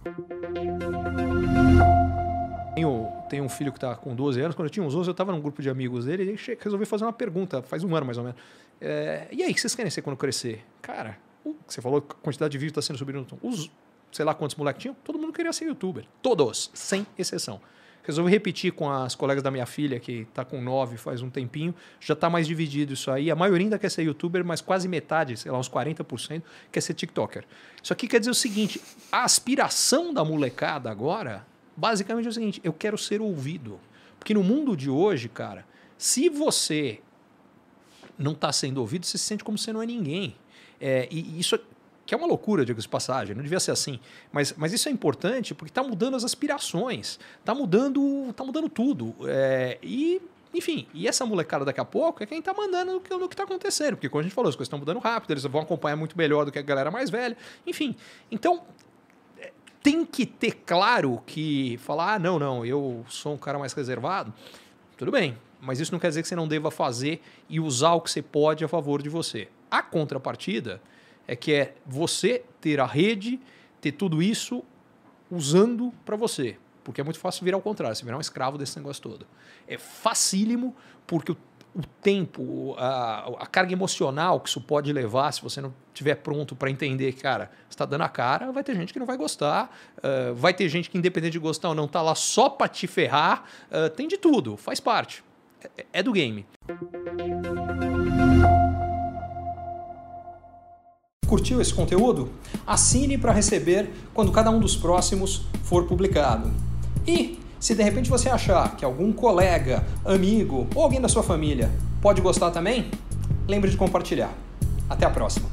Tenho um filho que está com 12 anos. Quando eu tinha uns 11, eu estava num grupo de amigos dele e ele resolveu fazer uma pergunta, faz um ano mais ou menos. E aí, o que vocês querem ser quando crescer? Cara, você falou que a quantidade de vídeos está sendo subida no tom. Os, sei lá quantos moleques tinham, todo mundo queria ser youtuber. Todos, sem exceção. Resolvi repetir com as colegas da minha filha, que está com 9 faz um tempinho, já está mais dividido isso aí. A maioria ainda quer ser youtuber, mas quase metade, sei lá, uns 40%, quer ser tiktoker. Isso aqui quer dizer o seguinte, a aspiração da molecada agora, basicamente é o seguinte, eu quero ser ouvido. Porque no mundo de hoje, cara, se você não está sendo ouvido, você se sente como se não é ninguém. E isso que é uma loucura, digo de passagem, não devia ser assim. Mas isso é importante porque está mudando as aspirações, está mudando tudo. Enfim, e essa molecada daqui a pouco é quem está mandando no que está acontecendo. Porque, como a gente falou, as coisas estão mudando rápido, eles vão acompanhar muito melhor do que a galera mais velha. Enfim, então tem que ter claro que falar, não, eu sou um cara mais reservado, tudo bem. Mas isso não quer dizer que você não deva fazer e usar o que você pode a favor de você. A contrapartida é você ter a rede, ter tudo isso usando para você. Porque é muito fácil virar ao contrário, você virar um escravo desse negócio todo. É facílimo porque o tempo, a carga emocional que isso pode levar, se você não estiver pronto para entender que, cara, você está dando a cara, vai ter gente que não vai gostar, vai ter gente que, independente de gostar ou não, está lá só para te ferrar, tem de tudo, faz parte. É do game. Curtiu esse conteúdo? Assine para receber quando cada um dos próximos for publicado. E se de repente você achar que algum colega, amigo ou alguém da sua família pode gostar também, lembre de compartilhar. Até a próxima!